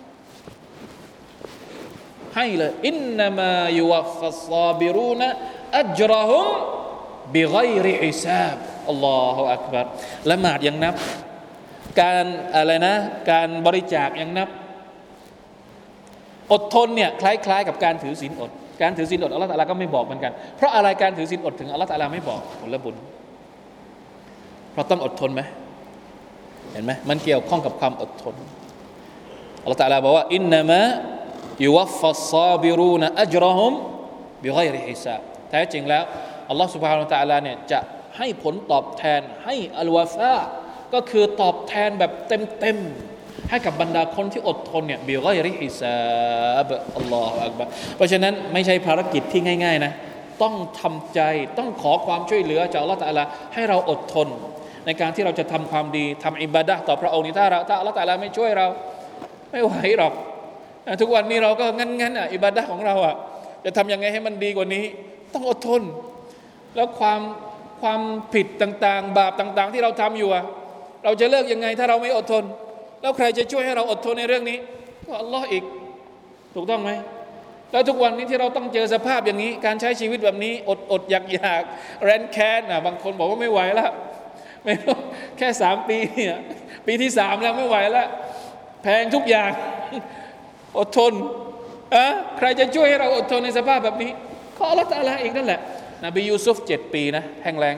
ให้เลยอินนามายุวัฟฟัสซาบิรูนอัจรอฮุมบิฆอยริฮิซาบอัลลอฮุอักบัรละหมาดยังนับการอะไรนะการบริจาคยังนับอดทนเนี่ยคล้ายๆกับการถือศีลอดการถือศีลอดอัลเลาะห์ตะอาลาก็ไม่บอกเหมือนกันเพราะอะไรการถือศีลอดถึงอัลเลาะห์ตะอาลาไม่บอกผลบุญเพราะต้องอดทนไหมเห็นไหมมันเกี่ยวข้องกับความอดทนอัลเลาะห์ตะอาลาบอกว่าอินนามะยุวัฟฟัสซาบิรูนอัจรอฮุมบิฆอยริฮิซาบแท้จริงแล้วอัลเลาะห์ซุบฮานะฮูวะตะอาลาเนี่ยจะให้ผลตอบแทนให้อัลวาฟาก็คือตอบแทนแบบเต็มให้กับบรรดาคนที่อดทนเนี่ยบิฆอยริฮิซาบอัลลอฮฺอักบัรเพราะฉะนั้นไม่ใช่ภารกิจที่ง่ายๆนะต้องทำใจต้องขอความช่วยเหลือจากอัลลอฮฺตะอาลาให้เราอดทนในการที่เราจะทำความดีทำอิบาดะห์ต่อพระองค์นี้ถ้าอัลลอฮฺตะอาลาไม่ช่วยเราไม่ไหวหรอกทุกวันนี้เราก็งั้นอิบาดะห์ของเราจะทำยังไงให้มันดีกว่านี้ต้องอดทนแล้วความผิดต่างๆบาปต่างๆที่เราทำอยู่เราจะเลิกยังไงถ้าเราไม่อดทนแล้วใครจะช่วยให้เราอดทนในเรื่องนี้ก็อัลลอฮ์อีกถูกต้องไหมแล้วทุกวันนี้ที่เราต้องเจอสภาพอย่างนี้การใช้ชีวิตแบบนี้อดอยากแรนแค้นบางคนบอกว่าไม่ไหวแล้วไม่รู้แค่3 ปีเนี่ยปีที่3แล้วไม่ไหวแล้วแพงทุกอย่างอดทนใครจะช่วยให้เราอดทนในสภาพแบบนี้ก็อัลลอฮ์ตะอาลาเองนั่นแหละนบียูซุฟ7 ปีนะแห้งแล้ง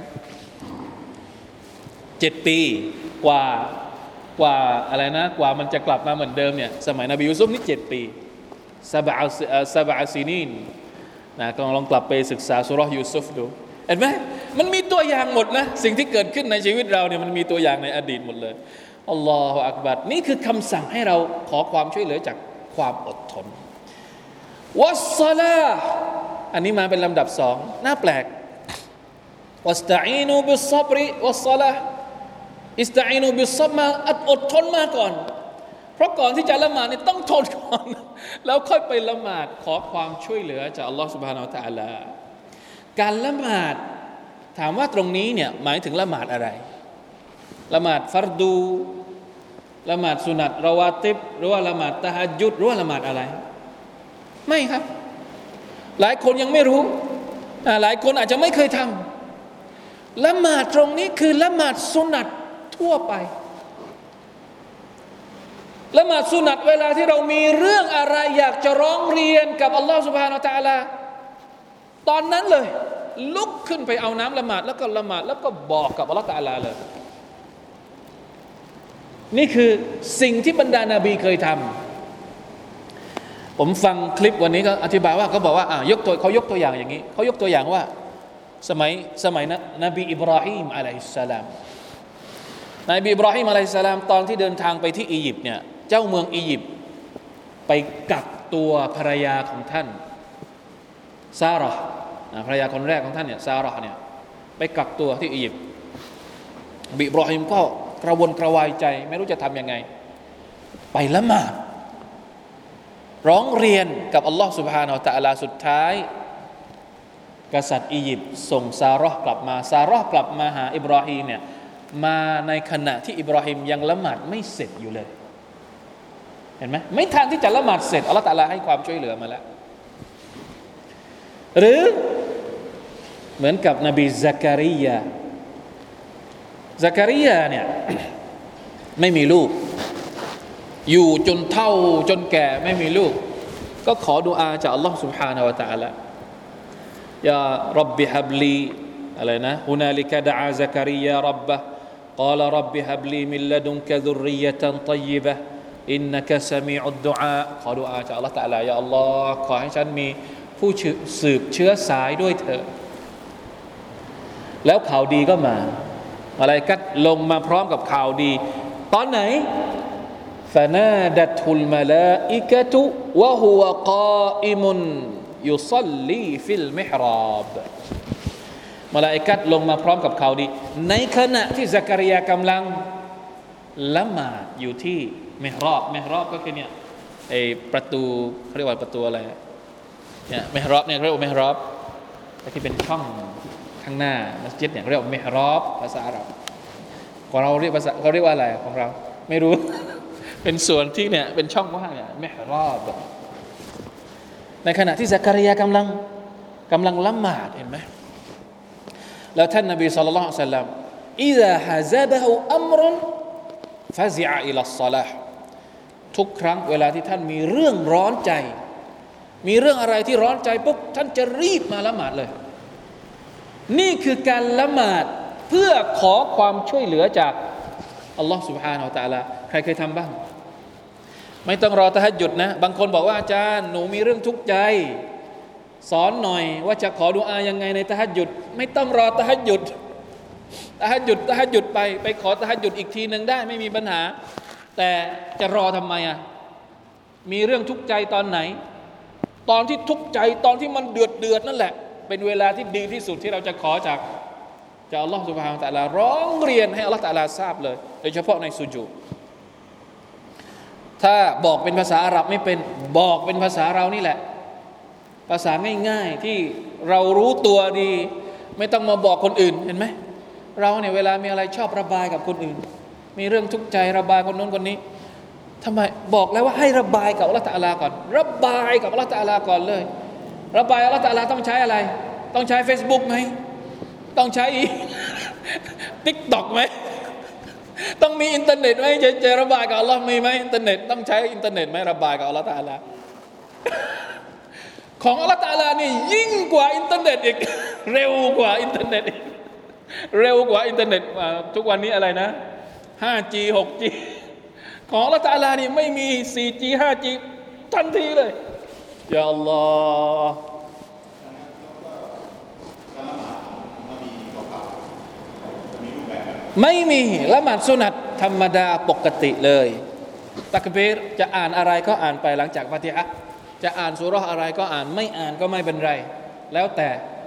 7 ปีกว่าอะไรนะกว่ามันจะกลับมาเหมือนเดิมเนี่ยสมัยนบียูซุฟนี่7 ปีซะบะซีนีนนะก็ลองกลับไปศึกษาซูเราะห์ยูซุฟดูเห็นไหมมันมีตัวอย่างหมดนะสิ่งที่เกิดขึ้นในชีวิตเราเนี่ยมันมีตัวอย่างในอดีตหมดเลยอัลลอฮฺอักบัรนี่คือคำสั่งให้เราขอความช่วยเหลือจากความอดทนวัสซะลาห์อันนี้มาเป็นลำดับ2น่าแปลกวัสตะอีนูบิศศอบริวัสซะลาห์อิสตะอีนูบิศศอบมาอดทนมาก่อนเพราะก่อนที่จะละหมาดเนี่ยต้องทนก่อนแล้วค่อยไปละหมาดขอความช่วยเหลือจากอัลลอฮฺซุบฮานะฮูวะตะอาลาการละหมาดถามว่าตรงนี้เนี่ยหมายถึงละหมาดอะไรละหมาดฟัรดูละหมาดสุนัตรอวาติบหรือว่าละหมาดตะฮัจญุดหรือว่าละหมาดอะไรไม่ครับหลายคนยังไม่รู้หลายคนอาจจะไม่เคยทำละหมาดตรงนี้คือละหมาดสุนัตทั่วไปละหมาดสุนัตเวลาที่เรามีเรื่องอะไรอยากจะร้องเรียนกับอัลลอฮฺซุบฮานะฮูวะตะอาลาตอนนั้นเลยลุกขึ้นไปเอาน้ำละหมาดแล้วก็ละหมาดแล้วก็บอกกับอัลลอฮฺตะอาลาเลยนี่คือสิ่งที่บรรดานาบีเคยทำผมฟังคลิปวันนี้ก็อธิบายว่าเขาบอกว่าเขายกตัวอย่างอย่างนี้เขายกตัวอย่างว่าสมัยนบีอิบราฮิมอะลัยฮิสสลามนบีอิบราฮิมอะลัยฮิสสลามตอนที่เดินทางไปที่อียิปต์เนี่ยเจ้าเมืองอียิปต์ไปกักตัวภรรยาของท่านซาเราะห์ภรรยาคนแรกของท่านเนี่ยซาเราะห์เนี่ยไปกักตัวที่อียิปต์บิบรอฮิมก็กระวนกระวายใจไม่รู้จะทำยังไงไปละหมาดร้องเรียนกับอัลลอฮฺ سبحانه และ تعالى สุดท้ายกษัตริย์อียิปต์ส่งซาเราะห์กลับมาซาเราะห์กลับมาหาอิบราฮิมเนี่ยมาในขณะที่อิบราฮิมยังละหมาดไม่เสร็จอยู่เลยเห็นไหมไม่ทันที่จะละหมาดเสร็จอัลลอฮฺ تعالى ให้ความช่วยเหลือมาแล้วหรือเหมือนกับนบีซักริยาเนี่ย ไม่มีลูกอยู่จนเฒ่าจนแก่ไม่มีลูกก็ขอดุอาจากอัลลอฮฺ سبحانه และ تعالى ยาร็อบบิฮับลีอะไรนะฮุนาลิกะดะอาซักริยาร็อบบะกาลร็อบบิฮับลีมินละดุนกะซุรริยะตันฏอยบะอินนะกะซะมีอุดดุอาขอดุอาจากอัลลอฮฺ تعالى ยาอัลลอฮ์ขอให้ฉันมีผู้สืบเชื้อสายด้วยเถิดแล้วข่าวดีก็มาอะไรกัดลงมาพร้อมกับข่าวดีตอนไหนفنادته الملائكة وهو قائم يصلي في المحراب มลาอิกะฮ์ลงมาพร้อมกับข่าวดีในขณะที่ซักริยากำลังละหมาดอยู่ที่มิฮรอบก็คือเนี่ยไอประตูเขาเรียกว่าประตูอะไรเนี่ยมิฮรอบเนี่ยเรียกว่ามิฮรอบที่เป็นช่องข้างหน้ามัสยิดเนี่ยเรียกว่ามิฮรอบภาษาอาหรับของเราเรียกเขาเรียกว่าอะไรของเราไม่รู้ เป็นส่วนที่เนี่ยเป็นช่องว่างเนี่ยมิฮรอบในขณะที่ซักริยากำลังละหมาดเห็นไหมแล้วท่านนบีศ็อลลัลลอฮุอะลัยฮิวะซัลลัมอิซาฮะซะบะฮูอัมรุนฟะซิอะอิลัสศอลาห์ทุกครั้งเวลาที่ท่านมีเรื่องร้อนใจมีเรื่องอะไรที่ร้อนใจปุ๊บท่านจะรีบมาละหมาดเลยนี่คือการละหมาดเพื่อขอความช่วยเหลือจากอัลลอฮฺ سبحانه และ تعالى ใครเคยทำบ้างไม่ต้องรอตะฮัจญุดนะบางคนบอกว่าอาจารย์หนูมีเรื่องทุกข์ใจสอนหน่อยว่าจะขอดุอายังไงในตะฮัจญุดไม่ต้องรอตะฮัจญุดไปขอตะฮัจญุดอีกทีนึงได้ไม่มีปัญหาแต่จะรอทำไมอ่ะมีเรื่องทุกข์ใจตอนไหนตอนที่ทุกข์ใจตอนที่มันเดือดนั่นแหละเป็นเวลาที่ดีที่สุดที่เราจะขอจากอัลลอฮฺ سبحانه และ تعالى ร้องเรียนให้อัลลอฮฺ تعالى ทราบเลยโดยเฉพาะในสุญูดถ้าบอกเป็นภาษาอาหรับไม่เป็นบอกเป็นภาษาเรานี่แหละภาษาง่ายๆที่เรารู้ตัวดีไม่ต้องมาบอกคนอื่นเห็นไหมเราเนี่ยเวลามีอะไรชอบระบายกับคนอื่นมีเรื่องทุกข์ใจระบายคนโน้นคนนี้ทำไมบอกแล้วว่าให้ระบายกับอัลลอฮฺ تعالى ก่อนระบายกับอัลลอฮฺ تعالى ก่อนเลยระบายอัลลอฮฺ تعالى ต้องใช้อะไรต้องใช้ Facebook ไหมต้องใช้ TikTok ไหมต้องมีอินเทอร์เน็ตไหมจะระบายกับอัลลอฮ์มีไหมอินเทอร์เน็ตต้องใช้อินเทอร์เน็ตไหมระบายกับอัลลอฮ์ตะอาลาของอัลลอฮ์ตะอาลานี่ยิ่งกว่าอินเทอร์เน็ตอีกเร็วกว่าอินเทอร์เน็ตอีกเร็วกว่าอินเทอร์เน็ตทุกวันนี้อะไรนะ 5G 6G ของอัลลอฮ์ตะอาลานี่ไม่มี 4G 5G ทันทีเลยยาอัลลอฮ์ไม่มีละหมาดสุนัตธรรมดาปกติเลยตักบีรจะอ่านอะไรก็อ่านไปหลังจากฟาติฮะห์จะอ่านซูเราะห์อะไรก็อ่านไม่อ่านก็ไม่เป็นไรแล้วแต่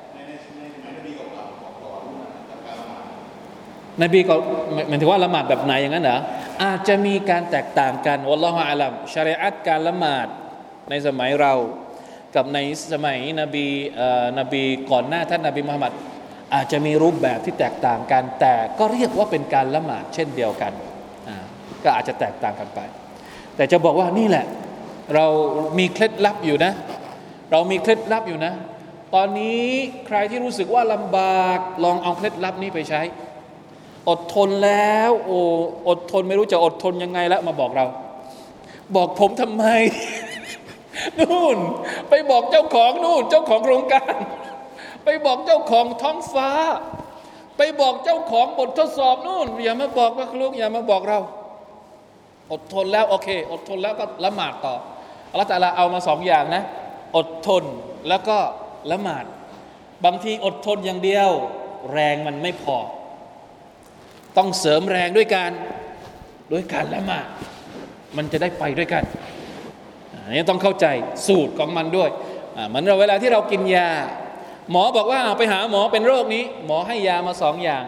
นบีก็หมายถึงว่าละหมาดแบบไหนอย่างนั้นเหรออาจจะมีการแตกต่างกันวัลลอฮุอาลัมชะรีอะห์การละหมาดในสมัยเรากับในสมัยนบีก่อนหน้าท่านนบีมุฮัมมัดอาจจะมีรูปแบบที่แตกต่างกันแต่ก็เรียกว่าเป็นการละหมาดเช่นเดียวกันก็อาจจะแตกต่างกันไปแต่จะบอกว่านี่แหละเรามีเคล็ดลับอยู่นะเรามีเคล็ดลับอยู่นะตอนนี้ใครที่รู้สึกว่าลำบากลองเอาเคล็ดลับนี้ไปใช้อดทนแล้วอดทนไม่รู้จะอดทนยังไงแล้วมาบอกเราบอกผมทำไม นู่นไปบอกเจ้าของนู่นเจ้าของโครงการไปบอกเจ้าของท้องฟ้าไปบอกเจ้าของบททดสอบนู่นอย่ามาบอกว่าลูกอย่ามาบอกเราอดทนแล้วโอเคอดทนแล้วก็ละหมาดต่ออัลเลาะห์ตะอาลาเอามาสองอย่างนะอดทนแล้วก็ละหมาดบางทีอดทนอย่างเดียวแรงมันไม่พอต้องเสริมแรงด้วยการละหมาดมันจะได้ไปด้วยกันอันนี้ต้องเข้าใจสูตรของมันด้วยเหมือนเราเวลาที่เรากินยาหมอบอกว่าไปหาหมอเป็นโรคนี้หมอให้ยามา2 อย่าง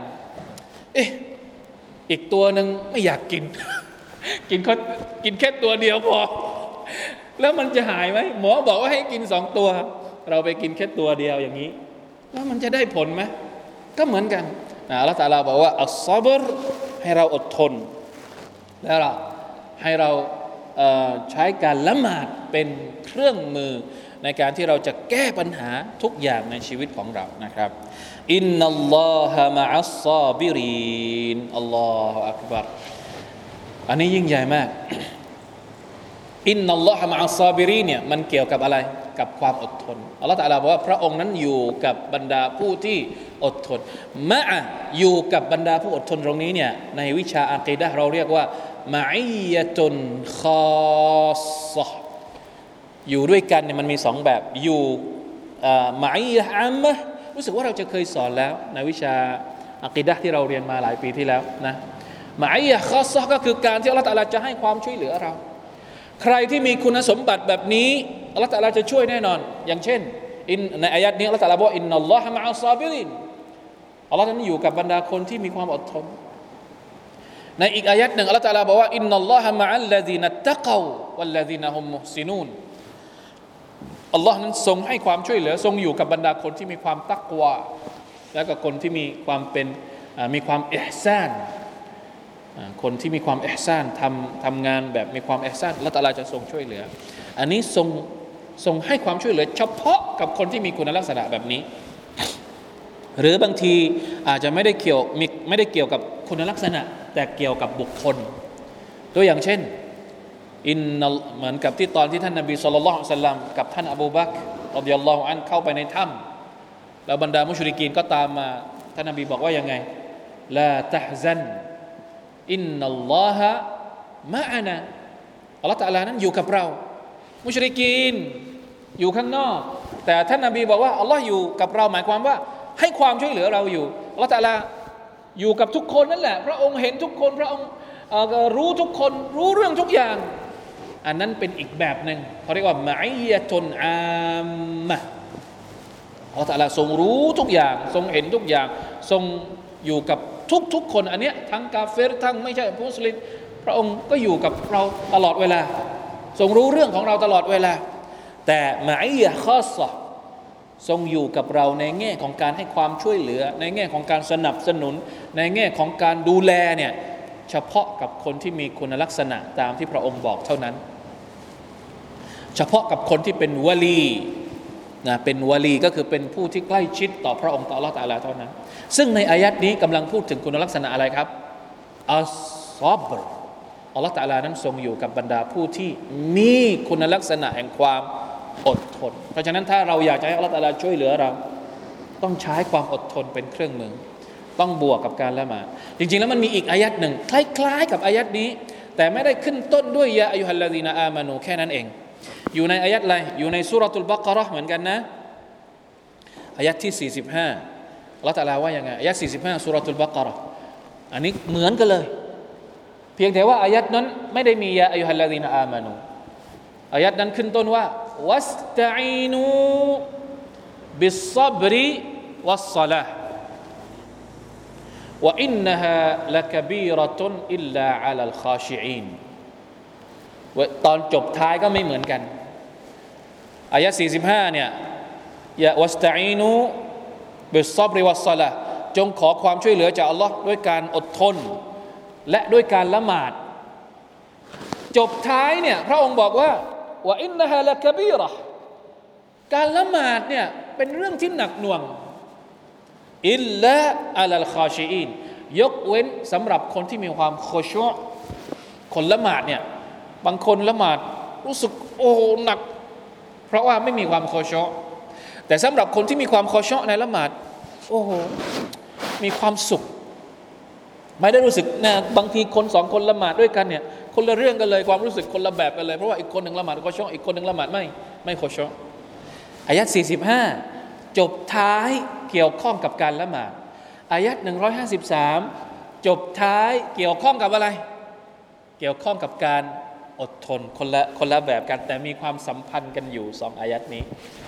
อีกตัวหนึ่งไม่อยากกิน กินแค่ตัวเดียวพอแล้วมันจะหายไหมหมอบอกว่าให้กิน2 ตัวเราไปกินแค่ตัวเดียวอย่างนี้แล้วมันจะได้ผลไหมก็เหมือนกันอัลเลาะห์ตะอาลาบอกว่าอัศศอบรให้เราอดทนแล้วให้เราใช้การละหมาดเป็นเครื่องมือในการที่เราจะแก้ปัญหาทุกอย่างในชีวิตของเรานะครับอินนัลลอฮะมะอัศศอบิรินอัลลอฮฺอักบัรอันนี้ยิ่งใหญ่มากอินนัลลอฮะมะอัศศอบิรินเนี่ยมันเกี่ยวกับอะไรกับความอดทนอัลเลาะห์ตะอาลาบอกว่าพระองค์นั้นอยู่กับบรรดาผู้ที่อดทนมะอะอยู่กับบรรดาผู้อดทนตรงนี้เนี่ยในวิชาอะกีดะห์เราเรียกว่ามะอียะตุนคอสซะห์อยู่ด้วยกันเนี่ยมันมี2แบบอยู่มะอียะห์อัมมะห์รู้สึกว่าเราจะเคยสอนแล้วในวิชาอะกีดะห์ที่เราเรียนมาหลายปีที่แล้วนะมะอียะห์คอสซะห์ก็คือการที่อัลเลาะห์ตะอาลาจะให้ความช่วยเหลือเราใครที่มีคุณสมบัติแบบนี้อัลเลาะห์ตะอาลาจะช่วยแน่นอนอย่างเช่นในอายัดนี้อัลเลาะห์ตะอาลาบอกอินนัลลอฮะมะอัศศอบิรินอัลเลาะห์นั้นอยู่กับบรรดาคนที่มีความอดทนในอีกอายัดหนึ่งอัลเลาะห์ตะอาลาบอกว่าอินนัลลอฮะมะอัลลซีนัตตะกอวัลลซีนะฮุมมุฮซินูนอัลลอฮ์นั้นทรงให้ความช่วยเหลือทรงอยู่กับบรรดาคนที่มีความตักวาและก็คนที่มีความอิห์ซานคนที่มีความอิห์ซานทำงานแบบมีความอิห์ซานอัลเลาะห์ตะอาลาจะทรงช่วยเหลืออันนี้ทรงให้ความช่วยเหลือเฉพาะกับคนที่มีคุณลักษณะแบบนี้หรือบางทีอาจจะไม่ได้เกี่ยวกับคุณลักษณะแต่เกี่ยวกับบุคคลตัวอย่างเช่นเหมือนกับที่ตอนที่ท่านนบีศ็อลลัลลอฮุอะลัยฮิวะซัลลัมกับท่านอบูบักรรอฎิยัลลอฮุอันฮุเข้าไปในถ้ำแล้วบรรดามุชริกีนก็ตามมาท่านนบีบอกว่ายังไงลาตะฮซันอินนัลลอฮะมะอะนาอัลเลาะห์ตะอาลานั้นอยู่กับเรามุชริกีนอยู่ข้างนอกแต่ท่านนบีบอกว่าอัลลอฮ์อยู่กับเราหมายความว่าให้ความช่วยเหลือเราอยู่อัลเลาะห์ตะอาลาอยู่กับทุกคนนั่นแหละพระองค์เห็นทุกคนพระองค์รู้ทุกคนรู้เรื่องทุกอย่างอันนั้นเป็นอีกแบบหนึ่งเขาเรียกว่ามะอียะตุนอามมะอัลเลาะห์ตะอาลาทรงรู้ทุกอย่างทรงเห็นทุกอย่างทรงอยู่กับทุกคนอันเนี้ยทั้งกาเฟรทั้งไม่ใช่มุสลิมพระองค์ก็อยู่กับเราตลอดเวลาทรงรู้เรื่องของเราตลอดเวลาแต่มะอียะห์คอสซะห์ทรงอยู่กับเราในแง่ของการให้ความช่วยเหลือในแง่ของการสนับสนุนในแง่ของการดูแลเนี่ยเฉพาะกับคนที่มีคุณลักษณะตามที่พระองค์บอกเท่านั้นเฉพาะกับคนที่เป็นวะลีนะเป็นวะลีก็คือเป็นผู้ที่ใกล้ชิดต่อพระองค์ต่ออัลเลาะห์ตะอาลาเท่านั้นซึ่งในอายัดนี้กำลังพูดถึงคุณลักษณะอะไรครับอัศศอบรอัลเลาะห์ตะอาลานั้นทรงอยู่กับบรรดาผู้ที่มีคุณลักษณะแห่งความอดทนเพราะฉะนั้นถ้าเราอยากจะให้อัลเลาะห์ตะอาลาช่วยเหลือเราต้องใช้ความอดทนเป็นเครื่องมือต้องบวกกับการละหมาดจริงๆแล้วมันมีอีกอายัดหนึ่งคล้ายๆกับอายัดนี้แต่ไม่ได้ขึ้นต้นด้วยยาอัยยูฮัลลซีนาอามานูแค่นั้นเองอยู่ในอายัดอะไรอยู่ในซูเราะตุลบักเราะห์เหมือนกันนะอายัดที่45อัลเลาะห์ตะอาลาว่ายังไงอายัด45ซูเราะตุลบักเราะห์อันนี้เหมือนกันเลยเพียงแต่ว่าอายัดนั้นไม่ได้มียาอัยยูฮัลลซีนาอามานูอายัดนั้นขึ้นต้นว่าวัสตะอีนูบิศศอบริวัศศอลาห์วะอินนะฮาละกะบีเราะตุนอิลลาอะลัลคอชิอีนตอนจบท้ายก็ไม่เหมือนกันอายะห์45เนี่ยยะวัสตะอีนูบิศศอบริวัศศอลาห์จงขอความช่วยเหลือจากอัลเลาะห์ด้วยการอดทนและด้วยการละหมาดจบท้ายเนี่ยพระองค์บอกว่าวะอินนะฮาละกะบีเราะห์การละหมาดเนี่ยเป็นเรื่องที่หนักหน่วงอิลลาอะลัลคอชิอีนยกเว้นสำหรับคนที่มีความคอชูอ์คนละหมาดเนี่ยบางคนละหมาดรู้สึกโอ้หนักเพราะว่าไม่มีความคอชูอ์แต่สำหรับคนที่มีความคอชูอ์ในละหมาดโอ้โหมีความสุขไม่ได้รู้สึกนะบางทีคนสองคนละหมาดด้วยกันเนี่ยคนละเรื่องกันเลยความรู้สึกคนละแบบกันเลยเพราะว่าอีกคนหนึ่งละหมาดคอชูอ์อีกคนหนึ่งละหมาดไม่คอชูอ์อายะห์45จบท้ายเกี่ยวข้องกับการละหมาดอายะห์153จบท้ายเกี่ยวข้องกับอะไรเกี่ยวข้องกับการอดทนคนละแบบกันแต่มีความสัมพันธ์กันอยู่2อายัดนี้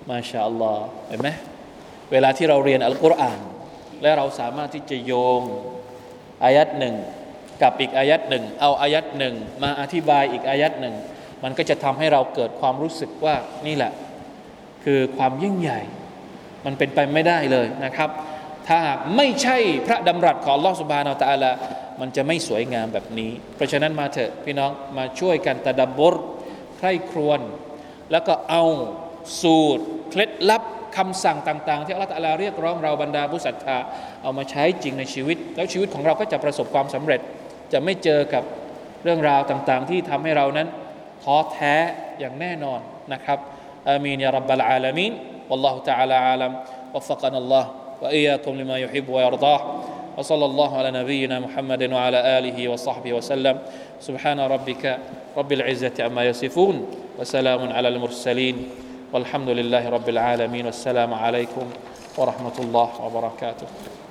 มาชาอัลลอฮ์เห็นไหมเวลาที่เราเรียนอัลกุรอานและเราสามารถที่จะโยงอายัดหนึ่งกับอีกอายัดหนึ่งเอาอายัดหนึ่งมาอธิบายอีกอายัดหนึ่งมันก็จะทำให้เราเกิดความรู้สึกว่านี่แหละคือความยิ่งใหญ่มันเป็นไปไม่ได้เลยนะครับถ้าไม่ใช่พระดำรัสของอัลลอฮฺซุบฮานะฮูวะตะอาลามันจะไม่สวยงามแบบนี้เพราะฉะนั้นมาเถอะพี่น้องมาช่วยกันตะดับบรใคร่ครวญแล้วก็เอาสูตรเคล็ดลับคำสั่งต่างๆที่อัลลอฮฺตะอาลาเรียกร้องเราบรรดาผู้ศรัทธาเอามาใช้จริงในชีวิตแล้วชีวิตของเราก็จะประสบความสำเร็จจะไม่เจอกับเรื่องราวต่างๆที่ทำให้เรานั้นท้อแท้อย่างแน่นอนนะครับอามีนยารับบะลอาลามีนวัลลอฮุตะอาลาอาลัมวัฟฟะกะนัลลอฮ์วะอียากุมลิมายุฮิบวะยัรฎอฮ์وصلى الله على نبينا محمد وعلى آله وصحبه وسلم سبحان ربك رب العزة عما يصفون وسلام على المرسلين والحمد لله رب العالمين والسلام عليكم ورحمة الله وبركاته